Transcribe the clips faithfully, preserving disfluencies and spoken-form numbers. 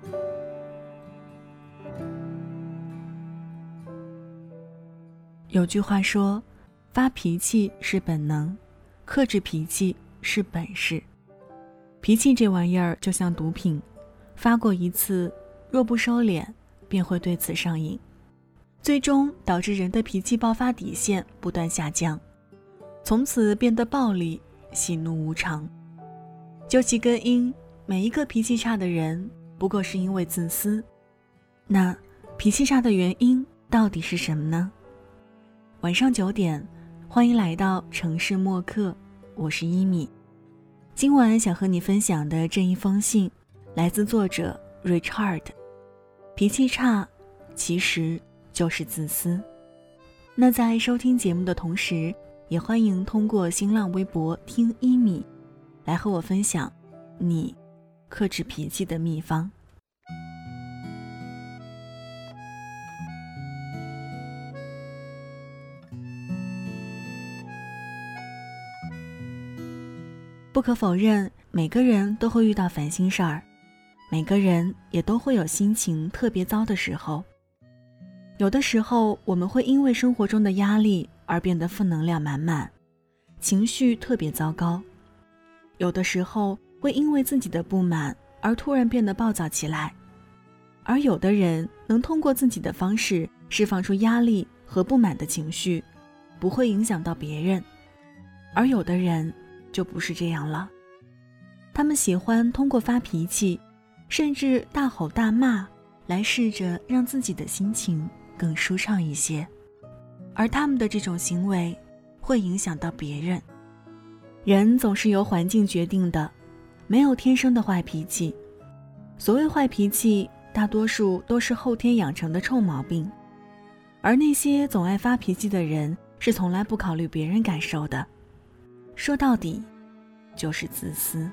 有句话说，发脾气是本能，克制脾气是本事。脾气这玩意儿就像毒品，发过一次，若不收敛，便会对此上瘾，最终导致人的脾气爆发底线不断下降，从此变得暴力、喜怒无常。究其根因，每一个脾气差的人不过是因为自私。那脾气差的原因到底是什么呢？晚上九点，欢迎来到城市默客，我是一米。今晚想和你分享的这一封信，来自作者 Richard。 脾气差其实就是自私。那在收听节目的同时，也欢迎通过新浪微博听一米来和我分享你克制脾气的秘方。不可否认，每个人都会遇到烦心事儿，每个人也都会有心情特别糟的时候。有的时候，我们会因为生活中的压力而变得负能量满满，情绪特别糟糕。有的时候，会因为自己的不满而突然变得暴躁起来。而有的人能通过自己的方式释放出压力和不满的情绪，不会影响到别人。而有的人就不是这样了，他们喜欢通过发脾气，甚至大吼大骂，来试着让自己的心情更舒畅一些。而他们的这种行为会影响到别人。人总是由环境决定的，没有天生的坏脾气。所谓坏脾气，大多数都是后天养成的臭毛病。而那些总爱发脾气的人，是从来不考虑别人感受的。说到底，就是自私。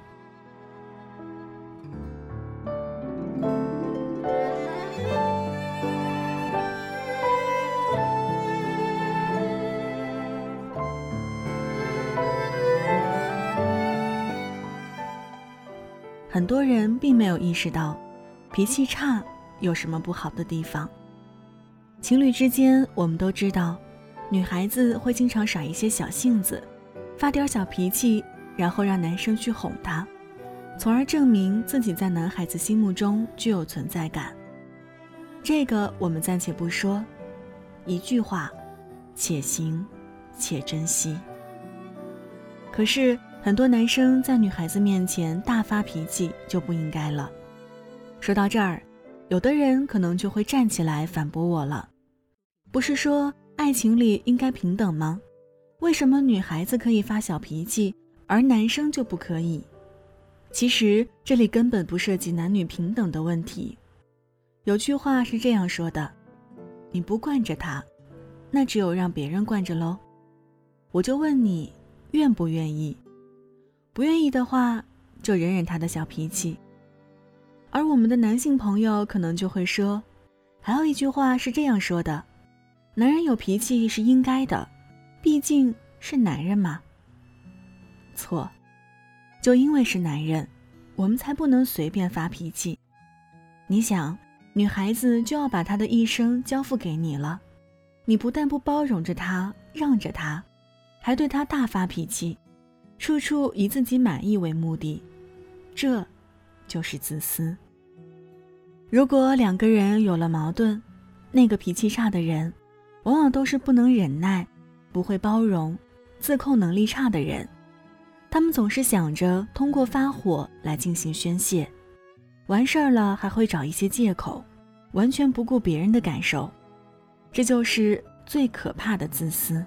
很多人并没有意识到，脾气差有什么不好的地方。情侣之间，我们都知道，女孩子会经常耍一些小性子，发点小脾气，然后让男生去哄她，从而证明自己在男孩子心目中具有存在感。这个我们暂且不说，一句话，且行且珍惜。可是很多男生在女孩子面前大发脾气就不应该了。说到这儿，有的人可能就会站起来反驳我了。不是说爱情里应该平等吗？为什么女孩子可以发小脾气，而男生就不可以？其实这里根本不涉及男女平等的问题。有句话是这样说的，你不惯着他，那只有让别人惯着咯。我就问你，愿不愿意？不愿意的话，就忍忍他的小脾气。而我们的男性朋友可能就会说，还有一句话是这样说的，男人有脾气是应该的，毕竟是男人嘛。错，就因为是男人，我们才不能随便发脾气。你想，女孩子就要把她的一生交付给你了，你不但不包容着她，让着她，还对她大发脾气，处处以自己满意为目的，这就是自私。如果两个人有了矛盾，那个脾气差的人往往都是不能忍耐、不会包容、自控能力差的人。他们总是想着通过发火来进行宣泄，完事儿了还会找一些借口，完全不顾别人的感受。这就是最可怕的自私。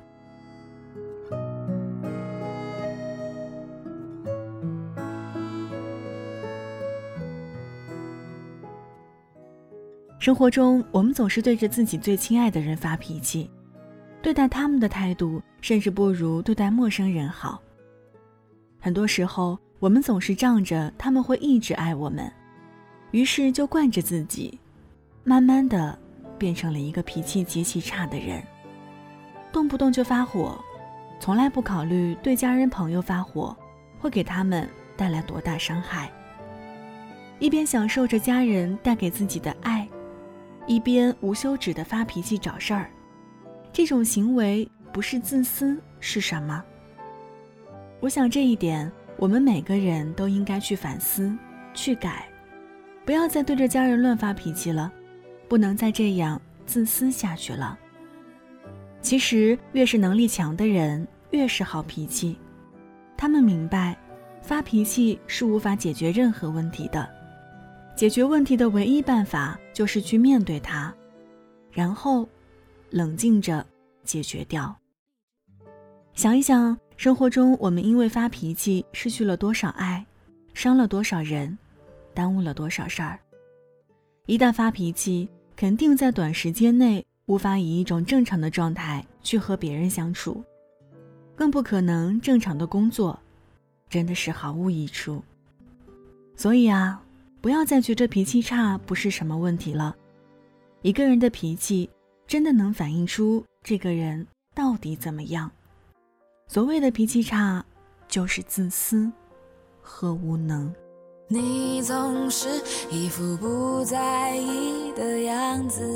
生活中，我们总是对着自己最亲爱的人发脾气，对待他们的态度甚至不如对待陌生人好。很多时候，我们总是仗着他们会一直爱我们，于是就惯着自己，慢慢的变成了一个脾气极其差的人，动不动就发火，从来不考虑对家人朋友发火会给他们带来多大伤害。 一边享受着家人带给自己的爱，一边无休止地发脾气找事儿，这种行为不是自私是什么？我想这一点我们每个人都应该去反思去改，不要再对着家人乱发脾气了，不能再这样自私下去了。其实越是能力强的人越是好脾气，他们明白发脾气是无法解决任何问题的，解决问题的唯一办法就是去面对它，然后冷静着解决掉。想一想，生活中我们因为发脾气失去了多少爱，伤了多少人，耽误了多少事儿。一旦发脾气，肯定在短时间内无法以一种正常的状态去和别人相处，更不可能正常的工作，真的是毫无益处。所以啊，不要再觉得脾气差不是什么问题了。一个人的脾气真的能反映出这个人到底怎么样。所谓的脾气差，就是自私和无能。 你总是一副不在意的样子，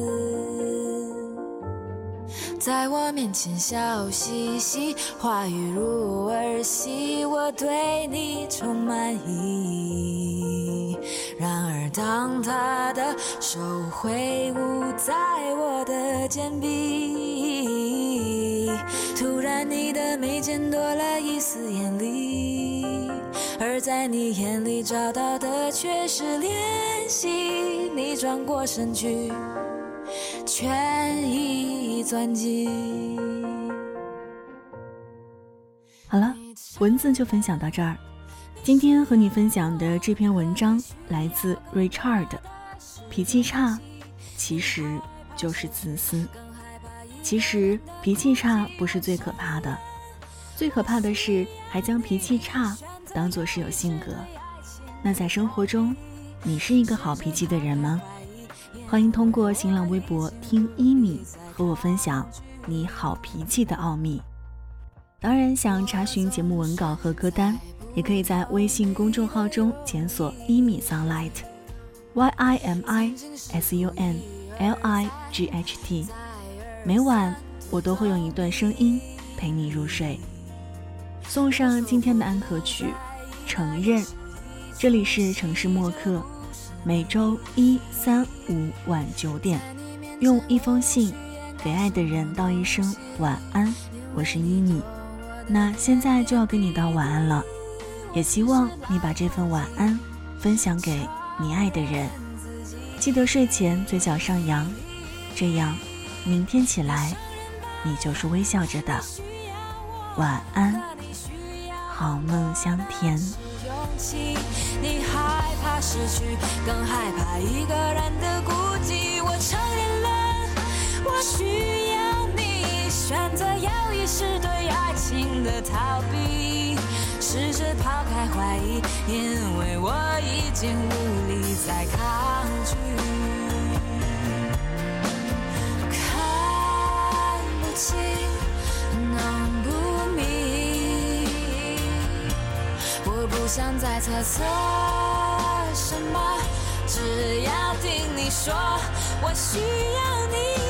在我面前笑嘻嘻，话语如儿戏，我对你充满疑。然而当他的手挥舞在我的肩臂，突然你的眉间多了一丝眼力，而在你眼里找到的却是怜惜。你转过身去，权宜钻进。 好了，文字就分享到这儿。今天和你分享的这篇文章来自 Richard， 脾气差其实就是自私。其实脾气差不是最可怕的，最可怕的是还将脾气差当作是有性格。那在生活中，你是一个好脾气的人吗？欢迎通过新浪微博听一米和我分享你好脾气的奥秘。当然，想查询节目文稿和歌单，也可以在微信公众号中检索一米 Sunlight Y I M I S U N L I G H T。 每晚我都会用一段声音陪你入睡。送上今天的安可曲承认。这里是城市默客，每周一三五晚九点，用一封信给爱的人道一声晚安。我是依米，那现在就要跟你道晚安了，也希望你把这份晚安分享给你爱的人。记得睡前嘴角上扬，这样明天起来你就是微笑着的。晚安，好梦香甜。 你害怕失去，更害怕一个人的孤寂。我承认了，我需要你，选择要一是对爱情的逃避，试着抛开怀疑，因为我已经无力再抗拒。看不清，弄不明，我不想再猜测什么，只要听你说我需要你。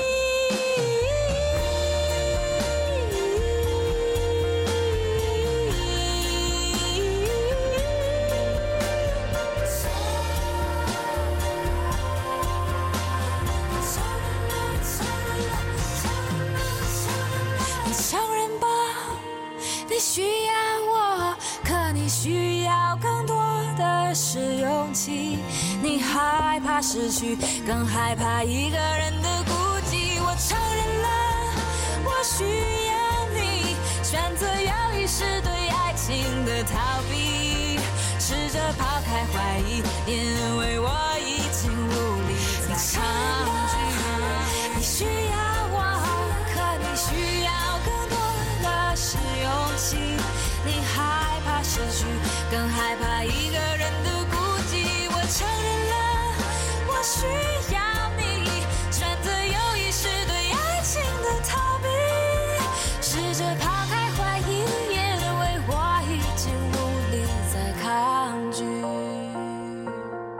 你承认吧，你需要我，可你需要更多的是勇气。你害怕失去，更害怕一个人的孤寂。我承认了，我需要你，选择要一是对爱情的逃避，试着抛开怀疑，因为我已经无力再抗拒。你需要我，可你需要更多的是勇气。你害怕失去，更害怕一个人的孤寂。我承认了，我需要你，选择有意识对爱情的逃避，试着抛开怀疑，因为我已经无力再抗拒。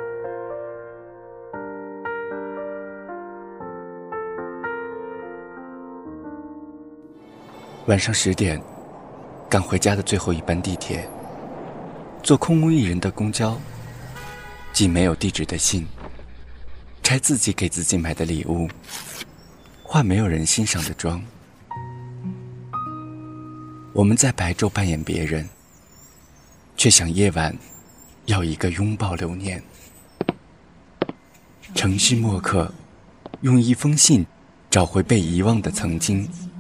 晚上十点，赶回家的最后一班地铁，坐空无一人的公交，寄没有地址的信，拆自己给自己买的礼物，化没有人欣赏的妆。我们在白昼扮演别人，却想夜晚要一个拥抱留念。城市墨客用一封信找回被遗忘的曾经，